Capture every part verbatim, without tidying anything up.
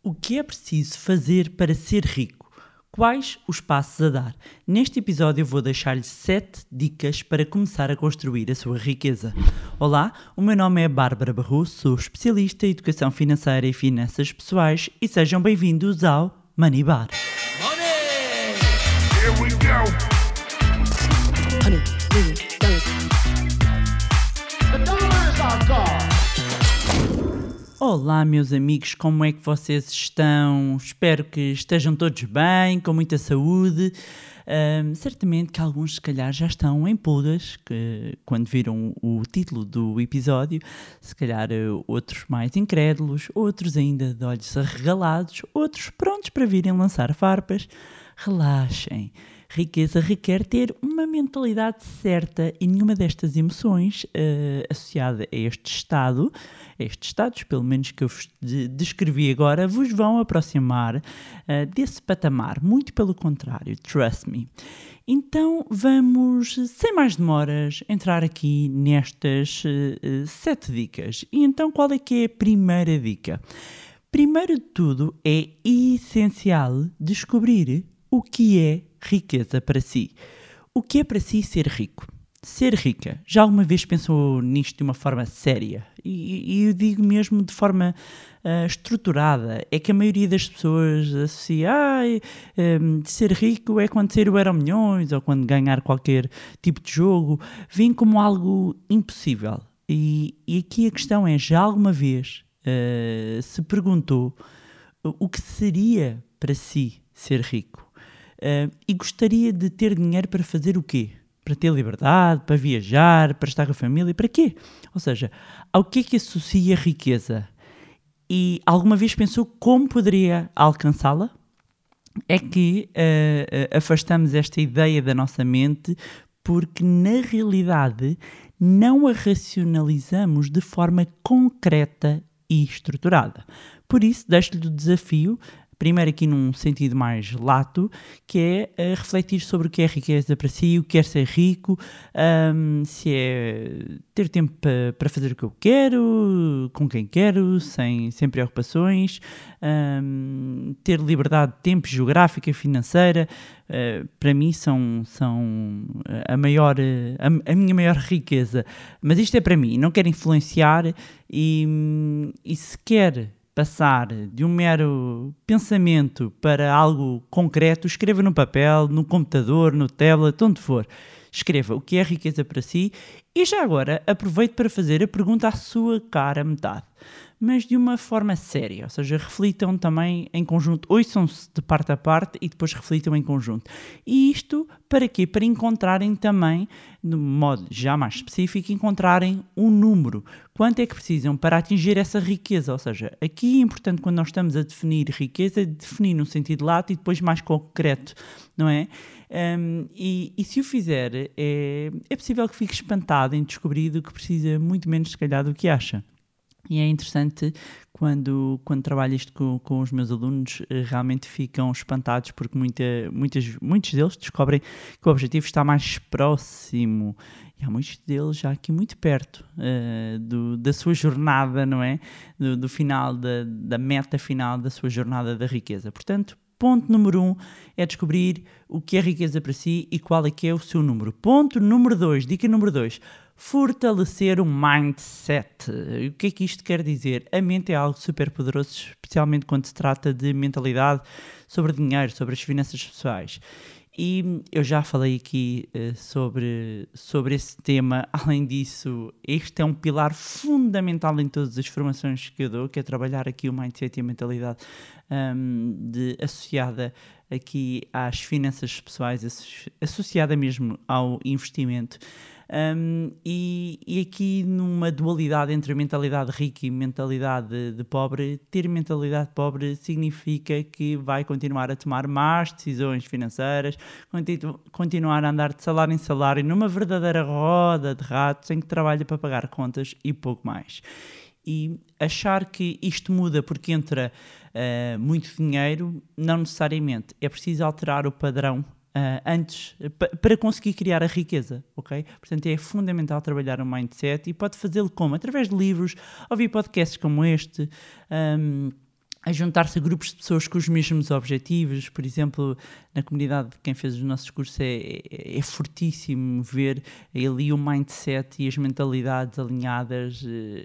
O que é preciso fazer para ser rico? Quais os passos a dar? Neste episódio eu vou deixar-lhe sete dicas para começar a construir a sua riqueza. Olá, o meu nome é Bárbara Barroso, sou especialista em educação financeira e finanças pessoais e sejam bem-vindos ao Money Bar. Money! Here we go! Honey, million dollars. The dollars are gone! Olá meus amigos, como é que vocês estão? Espero que estejam todos bem, com muita saúde. Um, certamente que alguns se calhar já estão em pulgas, que, quando viram o título do episódio, se calhar uh, outros mais incrédulos, outros ainda de olhos arregalados, outros prontos para virem lançar farpas. Relaxem. Riqueza requer ter uma mentalidade certa e nenhuma destas emoções uh, associada a este estado, a estes estados, pelo menos que eu vos de- descrevi agora, vos vão aproximar uh, desse patamar. Muito pelo contrário, trust me. Então vamos, sem mais demoras, entrar aqui nestas uh, sete dicas. E então qual é que é a primeira dica? Primeiro de tudo, é essencial descobrir o que é riqueza para si. O que é para si ser rico? Ser rica. Já alguma vez pensou nisto de uma forma séria? E, e eu digo mesmo de forma uh, estruturada. É que a maioria das pessoas associa, ah, um, ser rico é quando ser o Euromilhões ou quando ganhar qualquer tipo de jogo. Vem como algo impossível. E, e aqui a questão é, já alguma vez uh, se perguntou o que seria para si ser rico? Uh, e gostaria de ter dinheiro para fazer o quê? Para ter liberdade, para viajar, para estar com a família, para quê? Ou seja, ao que é que associa riqueza? E alguma vez pensou como poderia alcançá-la? É que uh, uh, afastamos esta ideia da nossa mente porque, na realidade, não a racionalizamos de forma concreta e estruturada. Por isso, deixo-lhe o desafio, primeiro aqui num sentido mais lato, que é uh, refletir sobre o que é riqueza para si, o que é ser rico, um, se é ter tempo para, para fazer o que eu quero, com quem quero, sem, sem preocupações, um, ter liberdade de tempo, geográfica, financeira, uh, para mim são, são a, maior, a, a minha maior riqueza. Mas isto é para mim, não quero influenciar e, e se quer passar de um mero pensamento para algo concreto, escreva no papel, no computador, no tablet, onde for. Escreva o que é riqueza para si e já agora aproveite para fazer a pergunta à sua cara metade, mas de uma forma séria, ou seja, reflitam também em conjunto, ouçam-se de parte a parte e depois reflitam em conjunto. E isto para quê? Para encontrarem também, de modo já mais específico, encontrarem um número. Quanto é que precisam para atingir essa riqueza? Ou seja, aqui é importante quando nós estamos a definir riqueza, definir num sentido lato e depois mais concreto, não é? Um, e, e se o fizer, é, é possível que fique espantado em descobrir que precisa muito menos, se calhar, do que acha. E é interessante quando, quando trabalho isto com, com os meus alunos, realmente ficam espantados porque muita, muitas, muitos deles descobrem que o objetivo está mais próximo. E há muitos deles já aqui muito perto uh, do, da sua jornada, não é? Do, do final, da, da meta final da sua jornada da riqueza. Portanto, ponto número um é descobrir o que é riqueza para si e qual é que é o seu número. Ponto número dois, dica número dois, fortalecer o mindset. O que é que isto quer dizer? A mente é algo super poderoso, especialmente quando se trata de mentalidade sobre dinheiro, sobre as finanças pessoais. E eu já falei aqui uh, sobre, sobre esse tema. Além disso, este é um pilar fundamental em todas as formações que eu dou, que é trabalhar aqui o mindset e a mentalidade um, de, associada aqui às finanças pessoais, associada mesmo ao investimento. Um, e, e aqui numa dualidade entre mentalidade rica e mentalidade de, de pobre, ter mentalidade pobre significa que vai continuar a tomar más decisões financeiras, continu, continuar a andar de salário em salário numa verdadeira roda de ratos em que trabalha para pagar contas e pouco mais. E achar que isto muda porque entra uh, muito dinheiro, não necessariamente. É preciso alterar o padrão Uh, antes, p- para conseguir criar a riqueza, ok? Portanto, é fundamental trabalhar o mindset e pode fazê-lo como? Através de livros, ouvir podcasts como este, um, a juntar-se a grupos de pessoas com os mesmos objetivos. Por exemplo, na comunidade de quem fez os nossos cursos é, é, é fortíssimo ver ali o mindset e as mentalidades alinhadas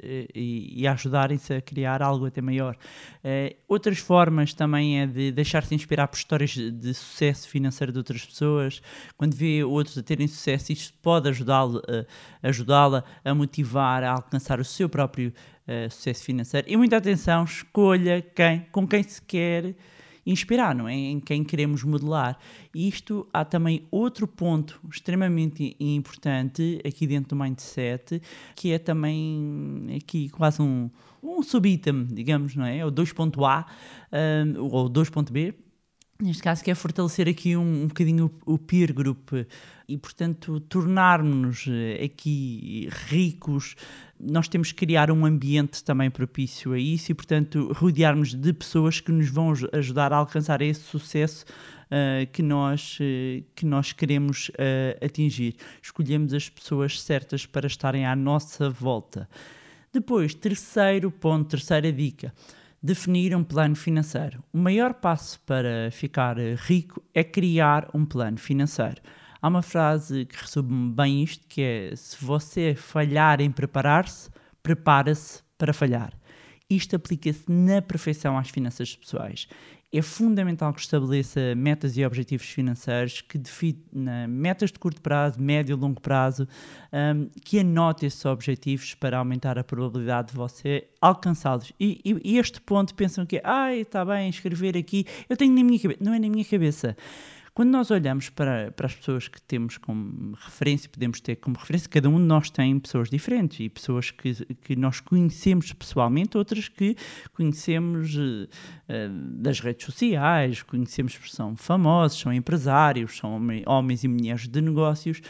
e, e ajudarem-se a criar algo até maior. Uh, outras formas também é de deixar-se inspirar por histórias de, de sucesso financeiro de outras pessoas. Quando vê outros a terem sucesso, isto pode ajudá-lo, uh, ajudá-la a motivar a alcançar o seu próprio Uh, sucesso financeiro. E muita atenção, escolha quem, com quem se quer inspirar, não é? Em quem queremos modelar. E isto há também outro ponto extremamente importante aqui dentro do mindset, que é também aqui quase um, um sub-item, digamos, não é? O dois ponto A uh, ou dois ponto B, neste caso, que é fortalecer aqui um, um bocadinho o, o peer group e, portanto, tornarmos-nos aqui ricos. Nós temos que criar um ambiente também propício a isso e, portanto, rodearmos de pessoas que nos vão ajudar a alcançar esse sucesso uh, que, nós, uh, que nós queremos uh, atingir. Escolhemos as pessoas certas para estarem à nossa volta. Depois, terceiro ponto, terceira dica. Definir um plano financeiro. O maior passo para ficar rico é criar um plano financeiro. Há uma frase que resume bem isto, que é: se você falhar em preparar-se, prepara-se para falhar. Isto aplica-se na perfeição às finanças pessoais. É fundamental que estabeleça metas e objetivos financeiros, que defina metas de curto prazo, médio e longo prazo, um, que anote esses objetivos para aumentar a probabilidade de você alcançá-los. E, e, e este ponto pensam que, ai, está bem, escrever aqui, eu tenho na minha cabeça. Não é na minha cabeça. Quando nós olhamos para, para as pessoas que temos como referência, podemos ter como referência, cada um de nós tem pessoas diferentes e pessoas que, que nós conhecemos pessoalmente, outras que conhecemos uh, das redes sociais, conhecemos porque são famosos, são empresários, são homens e mulheres de negócios.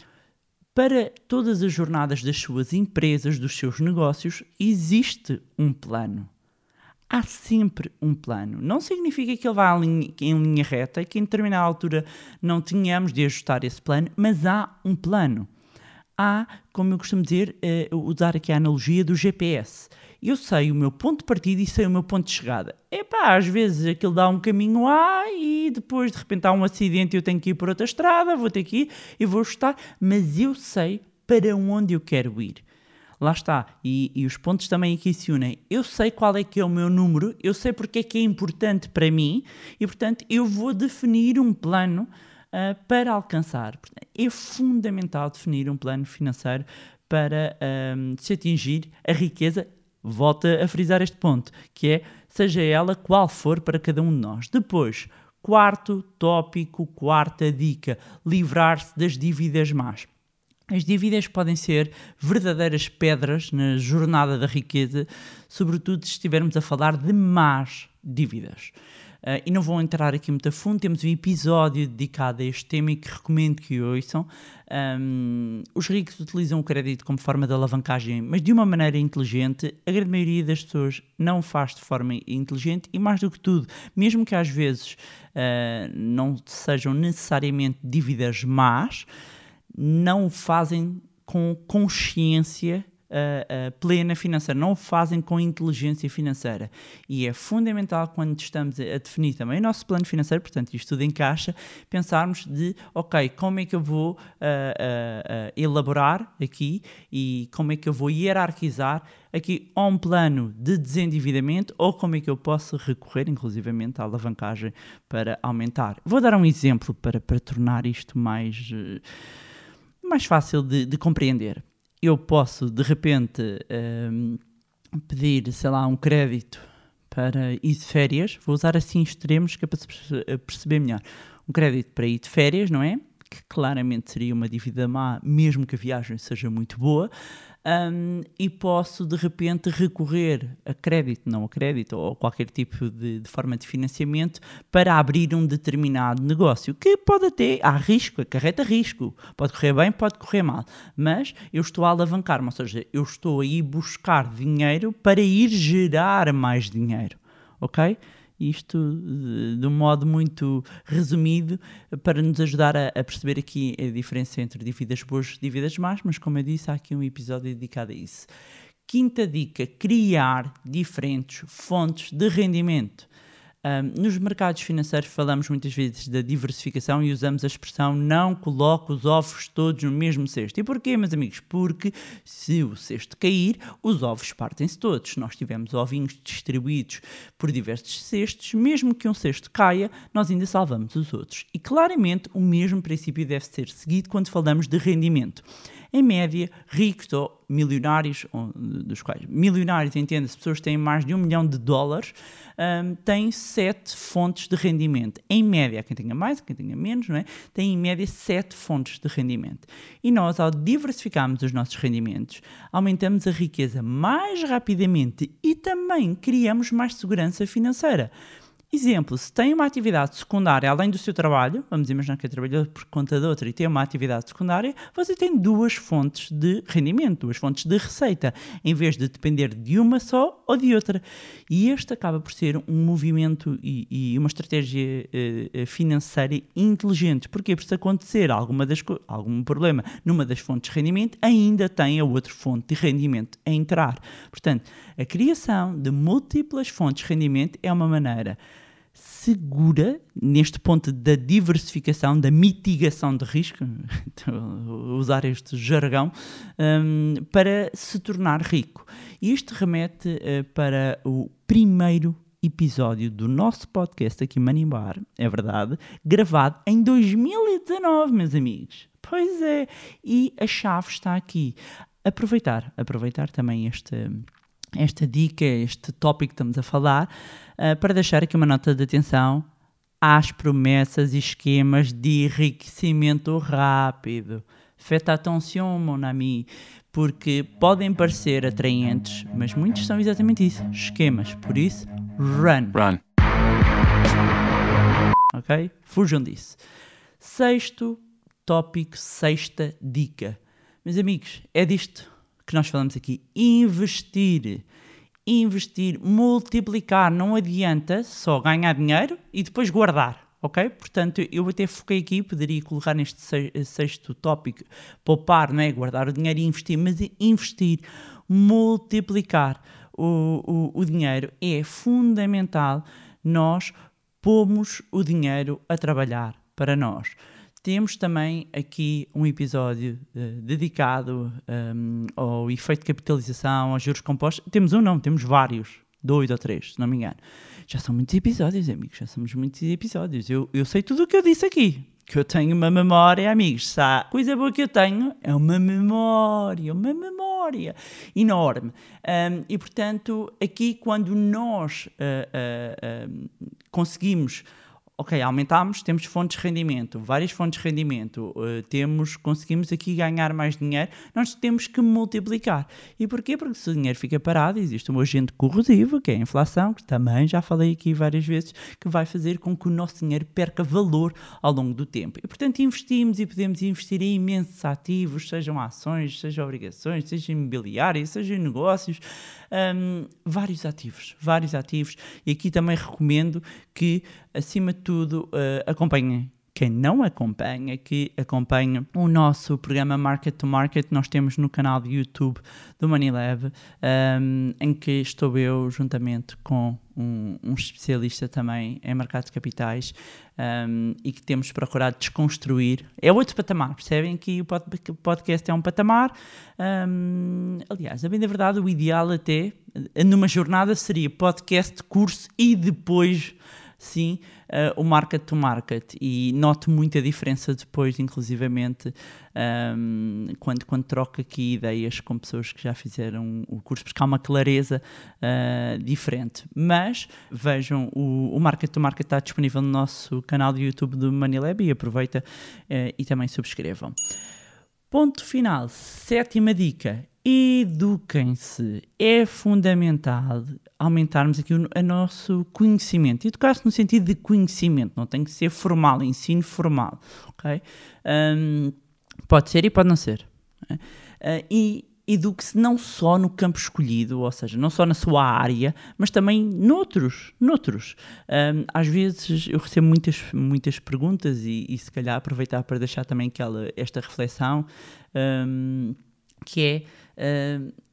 Para todas as jornadas das suas empresas, dos seus negócios, existe um plano. Há sempre um plano. Não significa que ele vá em linha reta e que em determinada altura não tenhamos de ajustar esse plano, mas há um plano. Há, como eu costumo dizer, uh, usar aqui a analogia do G P S. Eu sei o meu ponto de partida e sei o meu ponto de chegada. Epá, às vezes aquilo dá um caminho A e depois de repente há um acidente e eu tenho que ir por outra estrada, vou ter que ir e vou ajustar, mas eu sei para onde eu quero ir. Lá está, e, e os pontos também aqui se unem. Eu sei qual é que é o meu número, eu sei porque é que é importante para mim e, portanto, eu vou definir um plano uh, para alcançar. É fundamental definir um plano financeiro para um, se atingir a riqueza. Volto a frisar este ponto, que é, seja ela qual for para cada um de nós. Depois, quarto tópico, quarta dica, livrar-se das dívidas más. As dívidas podem ser verdadeiras pedras na jornada da riqueza, sobretudo se estivermos a falar de más dívidas. Uh, e não vou entrar aqui muito a fundo, temos um episódio dedicado a este tema e que recomendo que ouçam. Um, os ricos utilizam o crédito como forma de alavancagem, mas de uma maneira inteligente. A grande maioria das pessoas não o faz de forma inteligente e, mais do que tudo, mesmo que às vezes uh, não sejam necessariamente dívidas más, não o fazem com consciência uh, uh, plena financeira, não o fazem com inteligência financeira. E é fundamental, quando estamos a definir também o nosso plano financeiro, portanto isto tudo encaixa, pensarmos de, ok, como é que eu vou uh, uh, uh, elaborar aqui e como é que eu vou hierarquizar aqui a um plano de desendividamento ou como é que eu posso recorrer, inclusivamente, à alavancagem para aumentar. Vou dar um exemplo para, para tornar isto mais... Uh, mais fácil de, de compreender. Eu posso, de repente, um, pedir, sei lá, um crédito para ir de férias. Vou usar assim extremos que é para se perceber melhor. Um crédito para ir de férias, não é? Que claramente seria uma dívida má, mesmo que a viagem seja muito boa. Um, e posso, de repente, recorrer a crédito, não a crédito, ou qualquer tipo de, de forma de financiamento para abrir um determinado negócio, que pode até, há risco, acarreta risco, pode correr bem, pode correr mal, mas eu estou a alavancar-me, ou seja, eu estou a ir buscar dinheiro para ir gerar mais dinheiro, ok? Isto de, de um modo muito resumido para nos ajudar a, a perceber aqui a diferença entre dívidas boas e dívidas más, mas como eu disse, há aqui um episódio dedicado a isso. Quinta dica, criar diferentes fontes de rendimento. Um, nos mercados financeiros falamos muitas vezes da diversificação e usamos a expressão não coloque os ovos todos no mesmo cesto. E porquê, meus amigos? Porque se o cesto cair, os ovos partem-se todos. Se nós tivermos ovinhos distribuídos por diversos cestos, mesmo que um cesto caia, nós ainda salvamos os outros. E claramente o mesmo princípio deve ser seguido quando falamos de rendimento. Em média, ricos ou milionários, ou dos quais milionários, entenda-se, pessoas que têm mais de um milhão de dólares, um, têm sete fontes de rendimento. Em média, quem tenha mais, quem tenha menos, não é? Tem em média sete fontes de rendimento. E nós, ao diversificarmos os nossos rendimentos, aumentamos a riqueza mais rapidamente e também criamos mais segurança financeira. Exemplo, se tem uma atividade secundária além do seu trabalho, vamos imaginar que é trabalhador por conta de outra e tem uma atividade secundária, você tem duas fontes de rendimento, duas fontes de receita, em vez de depender de uma só ou de outra. E este acaba por ser um movimento e, e uma estratégia uh, financeira inteligente. Porquê? Porque se acontecer alguma das, algum problema numa das fontes de rendimento, ainda tem a outra fonte de rendimento a entrar. Portanto, a criação de múltiplas fontes de rendimento é uma maneira segura, neste ponto da diversificação, da mitigação de risco, usar este jargão, um, para se tornar rico. E isto remete uh, para o primeiro episódio do nosso podcast aqui, Money Bar, é verdade, gravado em dois mil e dezanove, meus amigos. Pois é, e a chave está aqui. Aproveitar, aproveitar também este... esta dica, este tópico que estamos a falar, uh, para deixar aqui uma nota de atenção às promessas e esquemas de enriquecimento rápido. Faites attention, mon ami, porque podem parecer atraentes, mas muitos são exatamente isso, esquemas. Por isso, run. Run. Ok? Fujam disso. Sexto tópico, sexta dica. Meus amigos, é disto que nós falamos aqui, investir, investir, multiplicar, não adianta só ganhar dinheiro e depois guardar, ok? Portanto, eu até foquei aqui, poderia colocar neste sexto tópico, poupar, não é? Guardar o dinheiro e investir, mas investir, multiplicar o, o, o dinheiro é fundamental, nós pomos o dinheiro a trabalhar para nós. Temos também aqui um episódio uh, dedicado um, ao efeito de capitalização, aos juros compostos. Temos um não, temos vários, dois ou três, se não me engano. Já são muitos episódios, amigos, já somos muitos episódios. Eu, eu sei tudo o que eu disse aqui, que eu tenho uma memória, amigos. Se há coisa boa que eu tenho, é uma memória, uma memória enorme. Um, e, portanto, aqui quando nós uh, uh, uh, conseguimos... Ok, aumentámos, temos fontes de rendimento, várias fontes de rendimento, uh, temos, conseguimos aqui ganhar mais dinheiro, nós temos que multiplicar. E porquê? Porque se o dinheiro fica parado, existe um agente corrosivo, que é a inflação, que também já falei aqui várias vezes, que vai fazer com que o nosso dinheiro perca valor ao longo do tempo. E, portanto, investimos e podemos investir em imensos ativos, sejam ações, sejam obrigações, sejam imobiliários, sejam negócios, um, vários ativos, vários ativos. E aqui também recomendo que, acima de tudo, uh, acompanhem. Quem não acompanha, que acompanha o nosso programa Market to Market, nós temos no canal de YouTube do MoneyLab, um, em que estou eu juntamente com um, um especialista também em mercado de capitais, um, e que temos procurado desconstruir. É outro patamar, percebem que o podcast é um patamar. Um, aliás, a bem da verdade, o ideal até, numa jornada, seria podcast, curso e depois... sim, uh, o market to market, e noto muita diferença depois, inclusivamente, um, quando, quando troco aqui ideias com pessoas que já fizeram o curso, porque há uma clareza uh, diferente. Mas vejam, o, o market to market está disponível no nosso canal de YouTube do MoneyLab, e aproveita uh, e também subscrevam. Ponto final, sétima dica. Eduquem-se. É fundamental aumentarmos aqui o, o nosso conhecimento. Educar-se no sentido de conhecimento, não tem que ser formal, ensino formal, ok? Um, pode ser e pode não ser. Uh, e eduque-se não só no campo escolhido, ou seja, não só na sua área, mas também noutros. noutros. Um, às vezes eu recebo muitas, muitas perguntas e, e se calhar aproveitar para deixar também aquela, esta reflexão, um, que é... Uh,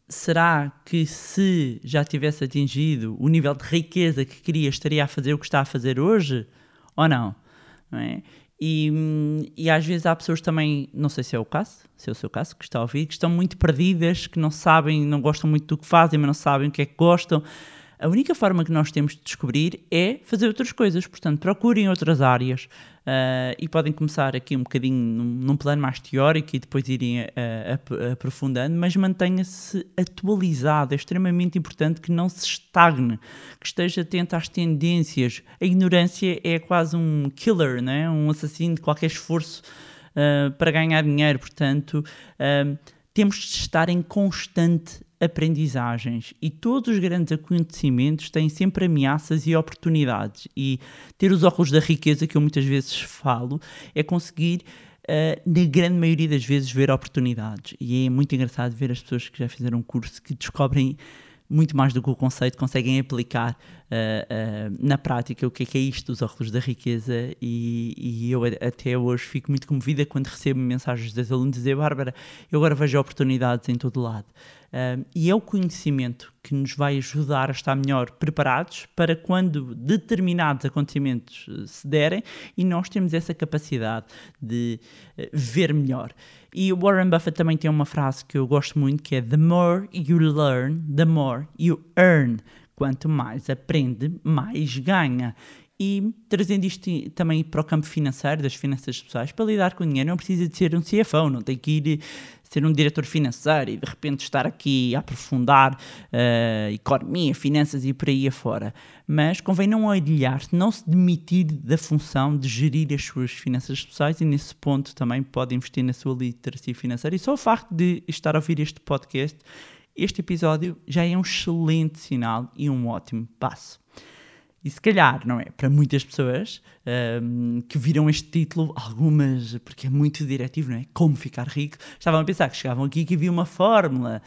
será que se já tivesse atingido o nível de riqueza que queria, estaria a fazer o que está a fazer hoje? Ou não? Não é? E, e às vezes há pessoas também, não sei se é o caso, se é o seu caso, que está a ouvir, que estão muito perdidas, que não sabem, não gostam muito do que fazem, mas não sabem o que é que gostam. A única forma que nós temos de descobrir é fazer outras coisas. Portanto, procurem outras áreas uh, e podem começar aqui um bocadinho num, num plano mais teórico e depois irem uh, ap- aprofundando, mas mantenha-se atualizado. É extremamente importante que não se estagne, que esteja atento às tendências. A ignorância é quase um killer, não é? Um assassino de qualquer esforço uh, para ganhar dinheiro. Portanto, uh, temos de estar em constante aprendizagens, e todos os grandes acontecimentos têm sempre ameaças e oportunidades, e ter os óculos da riqueza, que eu muitas vezes falo, é conseguir, uh, na grande maioria das vezes, ver oportunidades. E é muito engraçado ver as pessoas que já fizeram um curso que descobrem muito mais do que o conceito, conseguem aplicar uh, uh, na prática o que é, que é isto dos óculos da riqueza, e, e eu até hoje fico muito comovida quando recebo mensagens dos alunos dizer: Bárbara, eu agora vejo oportunidades em todo lado. Um, e é o conhecimento que nos vai ajudar a estar melhor preparados para quando determinados acontecimentos se derem, e nós temos essa capacidade de uh, ver melhor. E o Warren Buffett também tem uma frase que eu gosto muito, que é: the more you learn, the more you earn. Quanto mais aprende, mais ganha. E trazendo isto também para o campo financeiro, das finanças pessoais, para lidar com o dinheiro não precisa de ser um C F O, não tem que ir ser um diretor financeiro e de repente estar aqui a aprofundar uh, economia, finanças e por aí afora. Mas convém não olhar-se, não se demitir da função de gerir as suas finanças pessoais, e nesse ponto também pode investir na sua literacia financeira. E só o facto de estar a ouvir este podcast, este episódio, já é um excelente sinal e um ótimo passo. E se calhar, não é? Para muitas pessoas um, que viram este título, algumas, porque é muito diretivo, não é? Como ficar rico, estavam a pensar que chegavam aqui e que havia uma fórmula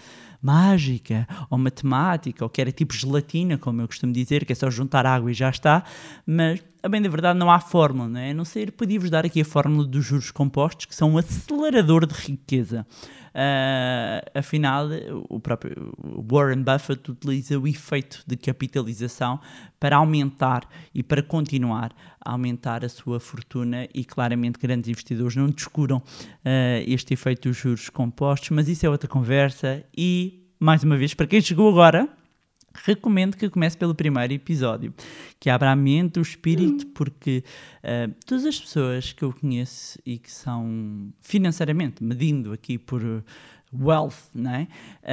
mágica ou matemática, ou que era tipo gelatina, como eu costumo dizer, que é só juntar água e já está. Mas, a bem da verdade, não há fórmula, não é? A não ser, podia-vos dar aqui a fórmula dos juros compostos, que são um acelerador de riqueza. Uh, afinal, o próprio Warren Buffett utiliza o efeito de capitalização para aumentar e para continuar a aumentar a sua fortuna, e claramente grandes investidores não descuram uh, este efeito dos juros compostos, mas isso é outra conversa. E, mais uma vez, para quem chegou agora, recomendo que comece pelo primeiro episódio, que abra a mente, o espírito, porque uh, todas as pessoas que eu conheço e que são financeiramente, medindo aqui por wealth, não é?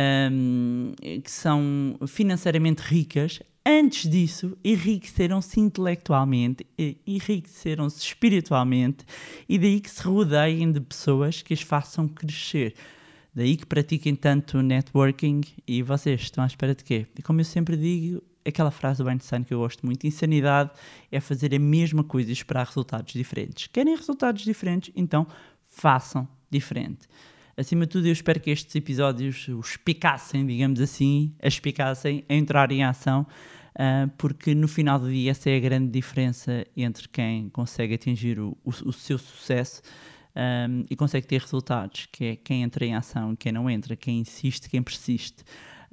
Um, que são financeiramente ricas, antes disso enriqueceram-se intelectualmente, enriqueceram-se espiritualmente, e daí que se rodeiem de pessoas que as façam crescer. Daí que pratiquem tanto networking. E vocês estão à espera de quê? E como eu sempre digo, aquela frase do Einstein que eu gosto muito: insanidade é fazer a mesma coisa e esperar resultados diferentes. Querem resultados diferentes? Então façam diferente. Acima de tudo, eu espero que estes episódios os picassem, digamos assim, as picassem a entrar em ação, uh, porque no final do dia essa é a grande diferença entre quem consegue atingir o, o, o seu sucesso Um, e consegue ter resultados, que é quem entra em ação, quem não entra, quem insiste, quem persiste.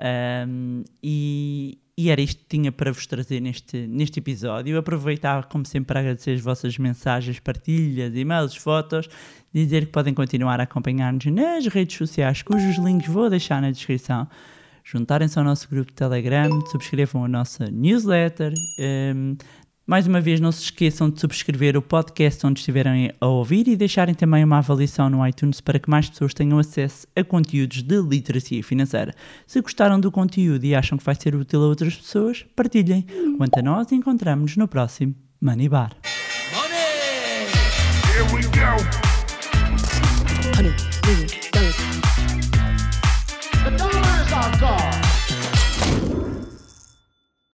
Um, e, e era isto que tinha para vos trazer neste, neste episódio. Eu aproveitava, como sempre, para agradecer as vossas mensagens, partilhas, e-mails, fotos, dizer que podem continuar a acompanhar-nos nas redes sociais, cujos links vou deixar na descrição. Juntarem-se ao nosso grupo de Telegram, subscrevam a nossa newsletter. Um, Mais uma vez, não se esqueçam de subscrever o podcast onde estiverem a ouvir, e deixarem também uma avaliação no iTunes para que mais pessoas tenham acesso a conteúdos de literacia financeira. Se gostaram do conteúdo e acham que vai ser útil a outras pessoas, partilhem. Quanto a nós, encontramos-nos no próximo Money Bar. Money! Here we go!